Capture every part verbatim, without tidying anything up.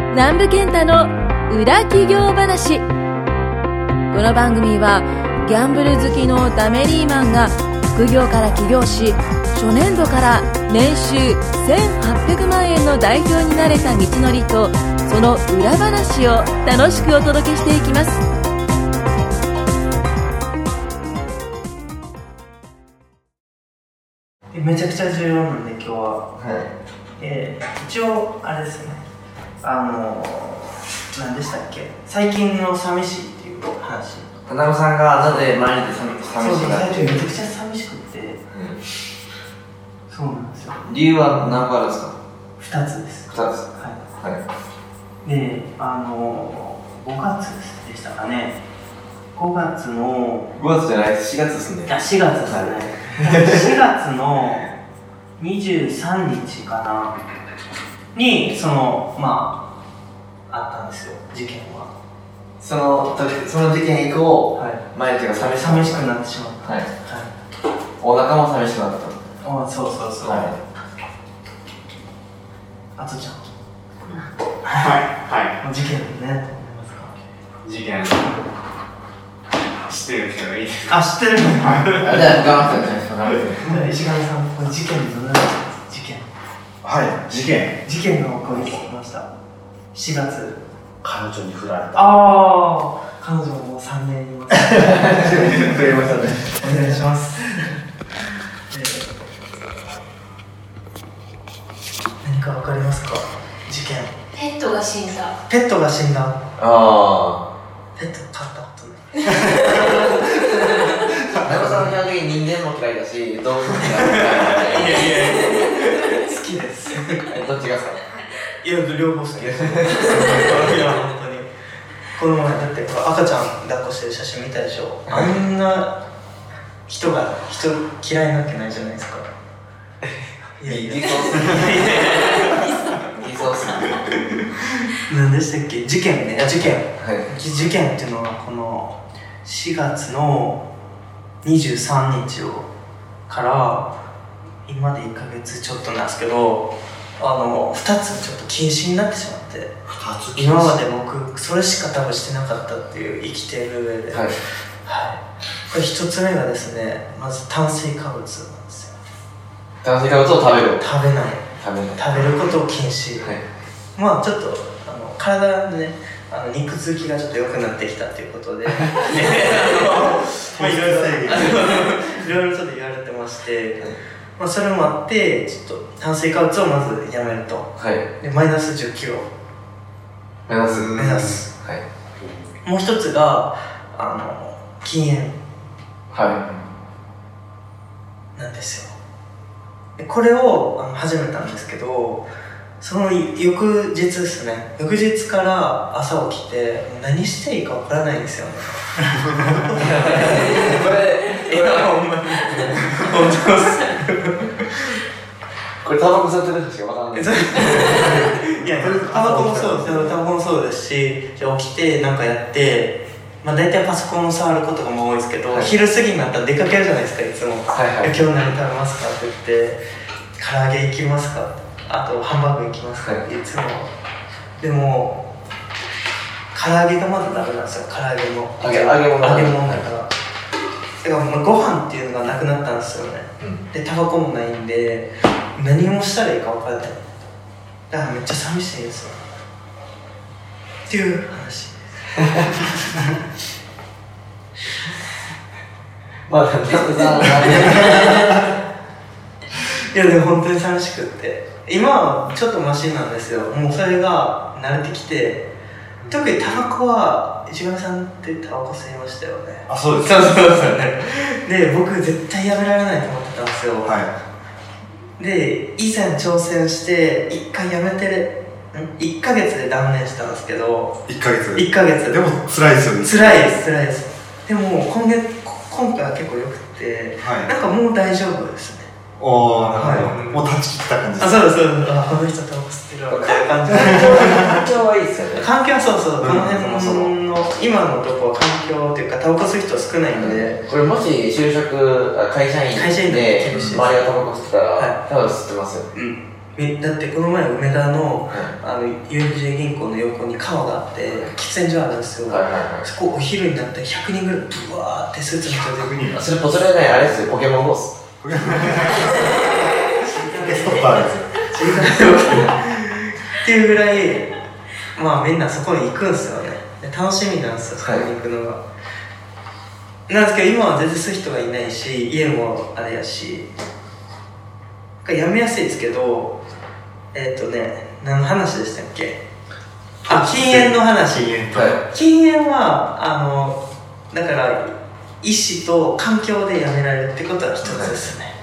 南部健太の裏企業話。この番組はギャンブル好きのダメリーマンが副業から起業し、初年度から年収せんはっぴゃくまん円の代表になれた道のりと、その裏話を楽しくお届けしていきます。 めちゃくちゃ重要なんで今日は、はい、えー、一応あれですね、あのー、何でしたっけ、最近の寂しいっていう話。 花子さんがなぜ毎日寂しいかっていう。 そうそう、最近めちゃくちゃ寂しくて、うん、そうなんですよ。 理由は何個あるんですか？ ふたつです。 ふたつ、 はい、はい、で、あのー、ごがつでしたかね。ごがつのごがつじゃないです、しがつですね。 あ、しがつですね、はい、しがつのにじゅうさんにちかなに、その、まあ、あったんですよ、事件は。 その時、その事件以降、はい、毎日が寂しく寂しくなってしまった。はい。はい、 お腹も寂しくなった。 あ、そうそうそう。はい。あとちゃん。 はい、はい。 事件ね、どう思いますか？ 事件。知ってる人がいいですか？ あ、知ってる。 はい。じゃあ、他の人ですね。 石上さん、これ事件どのような事件？ はい、事件。 事件が起こりました。しがつ。 彼女に振られた。 ああ、彼女ももうさんねんいます。 振れましたね。 お願いします。えー、何かわかりますか？事件。 ペットが死んだ。 ペットが死んだ。 ああ。 ペット飼ったことない。 花子さんの基本的に人間も嫌いだし、動物も嫌い。いやいやいや。 好きです。 どっちがですか？ いや、両方好きです。いや、本当に。この前だって赤ちゃん抱っこしてる写真見たでしょ。あんな人が人嫌いなわけないじゃないですか。 いやいや。偽装する。偽装する。 何でしたっけ？事件ね。事件。 はい。 事件っていうのはこのしがつのにじゅうさんにちをから今でいっかげつちょっとなんですけど、あのふたつちょっと禁止になってしまって、今まで僕それしか多分してなかったっていう、生きている上で、はい、はい、これひとつめがですね、まず炭水化物なんですよ。 炭水化物を食べる食べない食べない食べることを禁止、はい、まあちょっとあの体でね、あの肉付きがちょっと良くなってきたっていうことでまあいろいろいろいろちょっと言われてまして、はい、まあ、それもあってちょっと炭水化物をまずやめると、はい、でマイナスじゅっキロ目指す目指す、はい、もう一つがあの禁煙、はい、なんですよ。でこれをあの始めたんですけど、その翌日ですね、翌日から朝起きて何していいか分からないんですよね。 これ、いや、ほんまに本当です。 これタバコ吸ってる人しか分からない。 いや、タバコもそうです、タバコもそうですし、じゃあ起きてなんかやって、まあ大体パソコンを触ることがもう多いですけど、はい、昼過ぎになったら出かけるじゃないですか、いつも。はいはい、今日何食べますかって言って、唐揚げ行きますか、あとハンバーグ行きますかっていつも。でも唐揚げがまだダメなんですよ。唐揚げも揚げ物揚げ物だから、だからもうご飯っていうのがなくなったんですよね、うん、でタバコもないんで何もしたらいいか分からない。だからめっちゃ寂しいんですよっていう話まあなんかさいやでも本当に寂しくって、今はちょっとマシなんですよ。もうそれが慣れてきて、特にタバコは石上さんってタバコ吸いましたよね。 あ、そうです。 そうそうそうね。で僕絶対やめられないと思ってたんですよ。はい。で以前挑戦していっかいやめていっかげつで断念したんですけど。 いっかげつ。 いっかげつ。 でも辛いですよね。 辛いです辛いです。でも今月今回は結構良くて、はい、なんかもう大丈夫ですね。 おー、なるほど、はい、もう断ち切った感じです。 あ、そうですそうです。あ、この人タバコ吸ってるわみたいな感じで環境はいいですよね。 環境はそうそう、うん、この辺の今のところ環境っていうかタバコ吸う人少ないんで、 うん、これもし就職会社員で周りがタバコ吸ってたら、はい、多分吸ってますよ。 うん。 だってこの前梅田の、あの ユーエフジェー 銀行の横に川があって喫煙所あるんですよ、 はいはいはい、 そこお昼になってひゃくにんぐらいブワーってスーツの人であそれそれねあれですよポケモン ゴースポケストッパーですっていうぐらいまあみんなそこに行くんですよね。で楽しみなんですよ、そこに行くのが、はい、なんですけど今は全然そういう人がいないし家もあれやしやめやすいですけど、えっ、ー、とね何の話でしたっけ。あ、禁煙の話。禁煙、はい、禁煙はあのだから意思と環境でやめられるってことは一つですね、はい、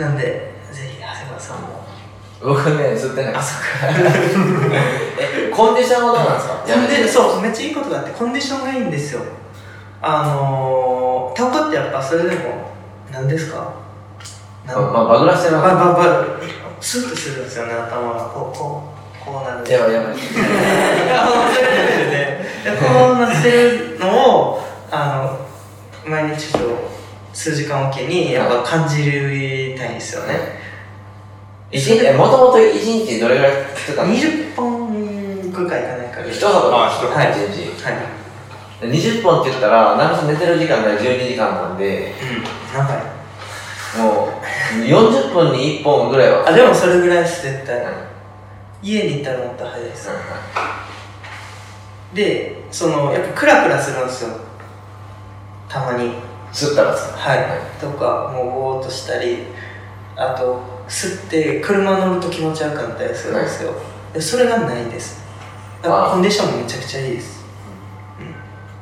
なんでぜひ長谷川さんも。 僕ね、吸ってない。あ、そっかえ、コンディションはどうなんですか。 コンデそう、めっちゃいいことがあってコンディションがいいんですよ。あのー、タバコってやっぱそれでも何ですか、 まあ、バグらしてるわけ。 バババスッとするんですよね、頭がこうこうこうなる。 やばいやばい。 そういうレベルでこうなってるのをあの毎日と数時間おきにやっぱ感じるたいんですよね。 一日もともと一日どれぐらい吸ってたの？ にじゅっぽんくらいかないか。 一箱あ、一箱はい、 一日。 はい。 にじゅっぽんって言ったら、なんか寝てる時間がじゅうにじかんなんで、 うん、長い。 もうよんじゅっぷんにいっぽんぐらいは。 あ、でもそれぐらいです絶対。うん、家に行ったらもっと早いです。うん、で、そのやっぱクラクラするんですよ。たまに。 吸ったらですか？ はい。はい、とかもうぼーっとしたり、あと。吸って車乗ると気持ち悪かったりするんですよ、はい、でそれがないです。だからコンディションもめちゃくちゃいいです、うんうん、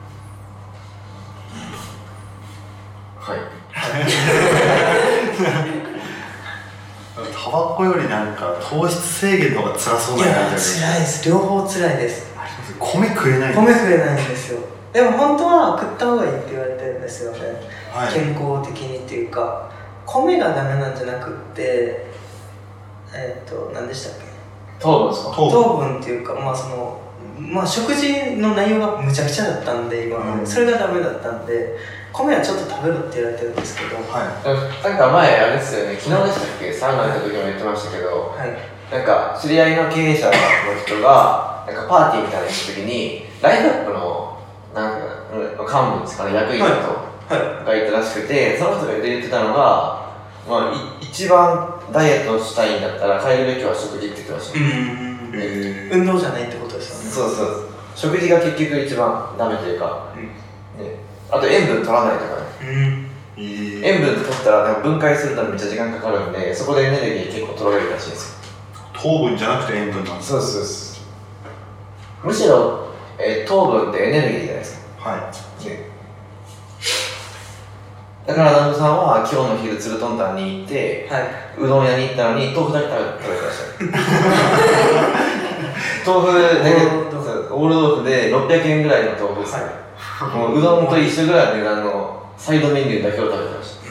はいタバコよりなんか糖質制限の方が辛そうな感じ。 いや辛いです、両方辛いです。 米食えないんです。 米食えないんですよ。でも本当は食った方がいいって言われてるんですよね、はい、健康的にっていうか米がダメなんじゃなくって、えっと、何でしたっけ、 糖分ですか。 糖分っていうか、まあその、まあ食事の内容がむちゃくちゃだったんで、今、うん、それがダメだったんで、米はちょっと食べろって言われてるんですけど、 はい、なんか前、あれですよね、昨日でしたっけ、サウナ行った時も言ってましたけど、はい、なんか知り合いの経営者の人が、なんかパーティーみたいなの行った時に、ライフアップの、なんか、幹部ですかね、役員の人、はい、がいたらしくて、その人が言ってたのが、まあ、一番ダイエットしたいんだったら変えるべきは食事って言ってました。 うん、ね、運動じゃないってことですよね。 そうそう、食事が結局一番ダメというか、うんね、あと塩分取らないとかね、うんえー、塩分取ったら分解するのにめっちゃ時間かかるんで、そこでエネルギー結構取られるらしいんですよ。 糖分じゃなくて塩分なんですか。 そうそうそう、むしろ、えー、糖分ってエネルギーじゃないですか。はい、ね、だから南部さんは今日の昼鶴トンタンに行って、はい、うどん屋に行ったのに豆腐だけ食べてました豆腐だけ、オール豆腐でろっぴゃくえんぐらいの豆腐です、はい、もううどんと一緒ぐらいの値段のサイドメニューだけを食べてました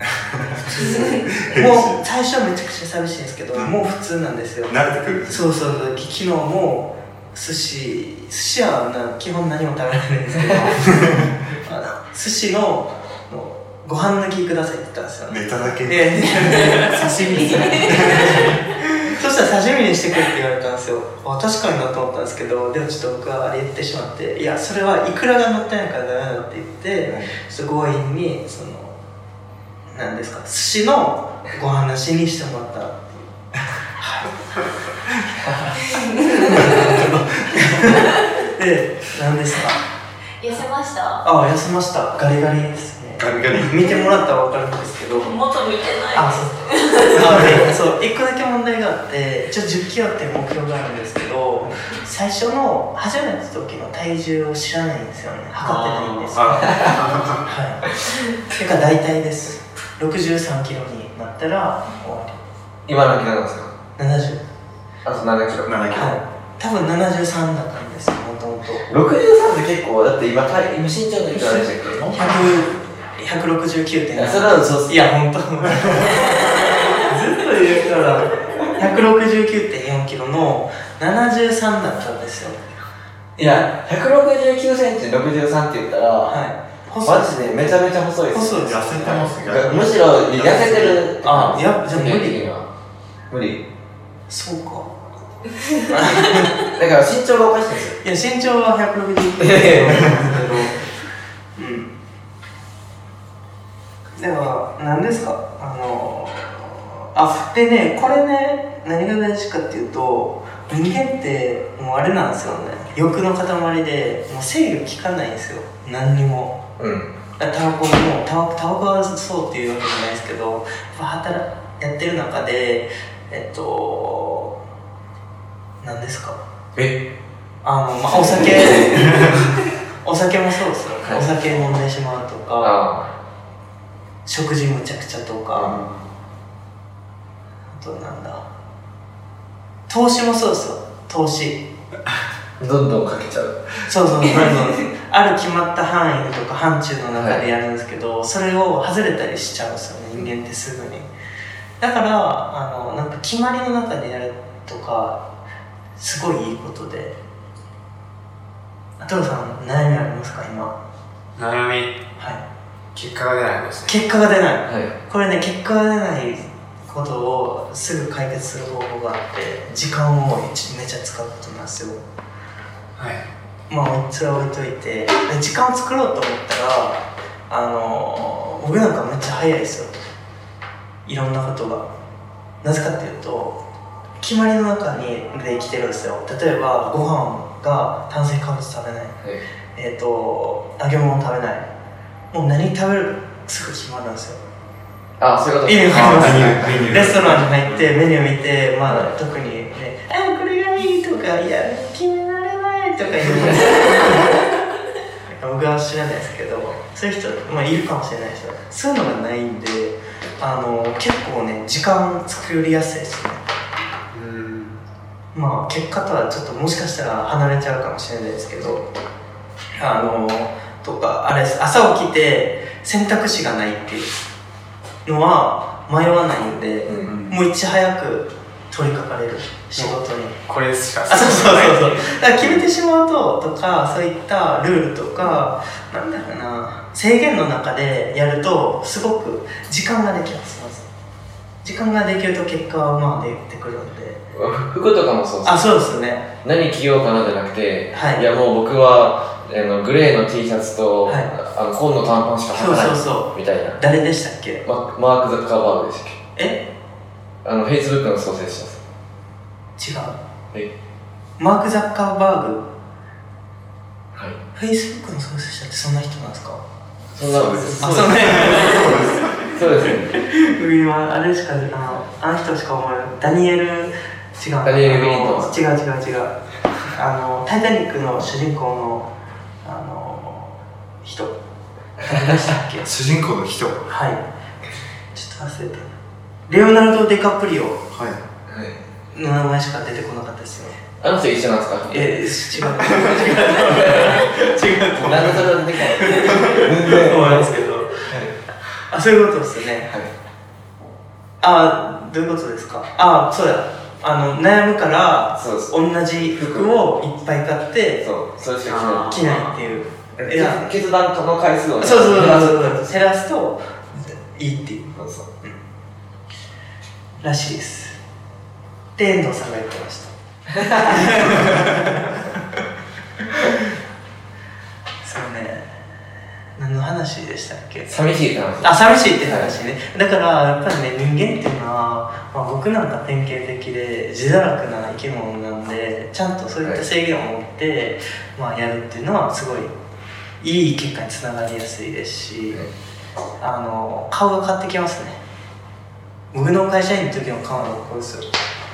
もう最初はめちゃくちゃ寂しいんですけど、もう普通なんですよ。 慣れてくる。 そうそうそう、昨日も寿司寿司はな基本何も食べないんですけどあの寿司のご飯抜きくださいって言ったんですよね。 ネタだけで刺身にそしたら刺身にしてくれって言われたんですよ。あ、確かになと思ったんですけど、でもちょっと僕はあれ言ってしまって、いやそれはイクラが乗ってないからダメだって言って、はい、ちょっと強引にその何ですか、寿司のご飯なしにしてもらったっていうで、何ですか、 痩せました。 あ、痩せました。ガリガリですね。 ガリガリ見てもらったら分かるんですけど、 元見てない。 あ、そうあでそういっこだけ問題があって、一応じゅっキロっていう目標があるんですけど、最初の初めての時の体重を知らないんですよね。測ってないんですよはい。てか大体ですろくじゅうさんキロになったら終わり。 今何キロなんですか。 ななじゅう。 あとななキロ。 ななキロ、はい、 多分ななじゅうさんだったんですよ、もともと。 ろくじゅうさんって結構、だって今、今身長のいくらでしたっけ。 ひゃくろくじゅうきゅうてんなな。 それはそうっす。 いや、ほんとずっと言うからひゃくろくじゅうきゅうてんよんキロのななじゅうさんだったんですよ。 いや、ひゃくろくじゅうきゅうセンチろくじゅうさんって言ったら、はい、マジでめちゃめちゃ細いです。 細いです。痩せてますね。 むしろ痩せてる。 あ、いや、じゃあ無理。 無理。 そうか。 だから身長がおかしいんですよ。 いや身長はひゃくろくじゅっキロうんでは何ですかあのあでねこれね何が大事かっていうと人間ってもうあれなんですよね欲の塊でもう制御効かないんですよ何にもうんタバコもタバコはそうっていうわけじゃないですけどやっぱ働やってる中でえっと何ですかえあの、まあ、お酒お酒もそうですよ、はい、お酒飲んでしまうとか食事むちゃくちゃとか、うん、あとなんだ投資もそうですよ投資どんどんかけちゃうそうそうどんどんある決まった範囲とか範疇の中でやるんですけど、はい、それを外れたりしちゃうんですよね人間ってすぐにだからあのなんか決まりの中でやるとかすごいいいことでトロさん悩みありますか今悩みはい結果が出ないですね結果が出ない、 はい、 これね結果が出ないことをすぐ解決する方法があって時間をめちゃ使うことなんですよはいまあそれは置いといて時間を作ろうと思ったらあの僕なんかめっちゃ早いですよいろんなことがなぜかっていうと決まりの中にで生きてるんですよ例えばご飯が炭水化物食べない、はい、えっと揚げ物食べないもう何食べるすぐ決まるんですよあ、そういうこと意味わかりますレストランに入ってメニュー見てまあ特にねあこれがいいとかいや決められないとか言う僕は知らないですけどそういう人、まあ、いるかもしれないですよそういうのがないんであの結構ね時間作りやすいですねうんまあ結果とはちょっともしかしたら離れちゃうかもしれないですけどあのとかあれです朝起きて選択肢がないっていうのは迷わないんで、うん、もういち早く取り掛かれる仕事にこれしかあそうそうそうそうだから決めてしまうととかそういったルールとかなんだろうな制限の中でやるとすごく時間ができますまず時間ができると結果はまあ出てくるんで服とかもそうですあそうですね何着ようかなじゃなくて、 はい、 いやもう僕はあのグレーの T シャツと、はい、あの紺の短パンしか履かないそうそうそうみたいな誰でしたっけ、 ま、マーク・ザッカーバーグでしたっけえあの Facebook の創設者です違うえマーク・ザッカーバーグはい Facebook の創設者ってそんな人なんですかそんなのですあ、そうねそうですね今あれしかあのあの人しか思えないダニエル違うダニエル・ウィリントン違う違う違うあのタイタニックの主人公のあの人誰でしたっけ主人公の人はいちょっと忘れたレオナルド・デカプリオはいの名前しか出てこなかったですよあの人一緒なんですかえー、違う違う違う違うなんでそれは出てこないそうなんですけど、はい、あ、そういうことですよね、はい、あ、どういうことですかあ、そうだあの悩むから同じ服をいっぱい買ってそうそれしか着ないっていういや決断の回数をそうそうそうそう減らすといいっていうそうそう、うん、らしいですで遠藤さんが言ってましたそうね何の話でしたっけ寂しいって話あ、寂しいって話ねだからやっぱりね人間っていうのは、まあ、僕なんか典型的で自堕落な生き物なんでちゃんとそういった制限を持って、はいまあ、やるっていうのはすごいいい結果につながりやすいですし、はい、あの顔が変わってきますね僕の会社員の時の顔はこうですよ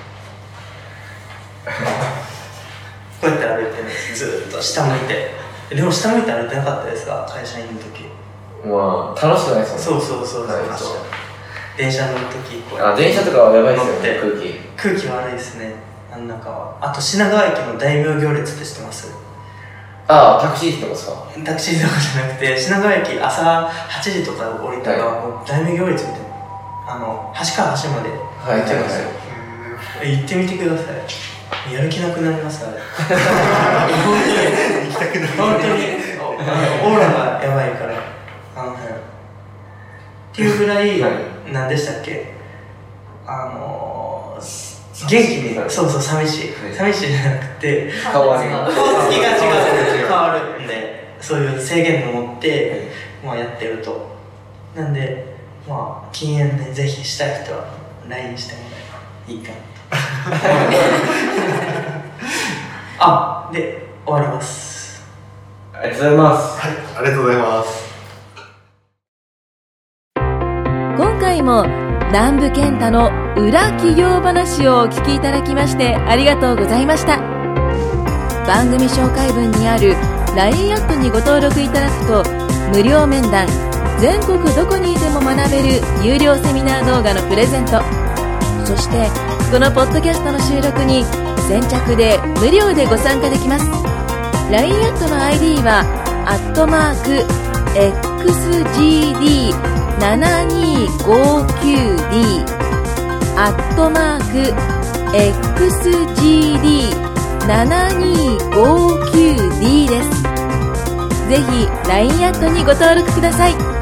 こうやって歩いてるんですずっと下向いてでも下向いて歩いてなかったですか会社員の時まあ楽しくないですもんねそうそうそうそう、はい、電車乗る時こうあ電車とかはやばいですよね空気空気悪いですねなんだかはあと品川駅の大名行列って知ってますああタクシーってことですかタクシーとかじゃなくて品川駅朝はちじとか降りたら、はい、もう大名行列みたいなあの端から端まではいはいはい行ってみてくださいやる気なくなりますあれ本当に行きたくなる本当にオーラがやばいからあの辺っていうぐらい、はい、何でしたっけあのー、元気に、そうそう、寂しい、はい、寂しいじゃなくて顔が違う顔つきが違う変わるんで、そういう制限を持って、はい、まあ、やってると。なんでまあ禁煙でぜひしたい人は ライン してもらえばいいかなとあ、で終わります。 ありがとうございます。 はい、ありがとうございます。 今回も南部健太の裏企業話をお聞きいただきましてありがとうございました。番組紹介文にある ライン アットにご登録いただくと無料面談、全国どこにいても学べる有料セミナー動画のプレゼント、そしてこのポッドキャストの収録に先着で無料でご参加できます。 ライン アットの アイディー はアットマーク エックスジーディーななにーごきゅうディー アットマーク エックスジーディーななにーごきゅうディー です。ぜひ ライン アットにご登録ください。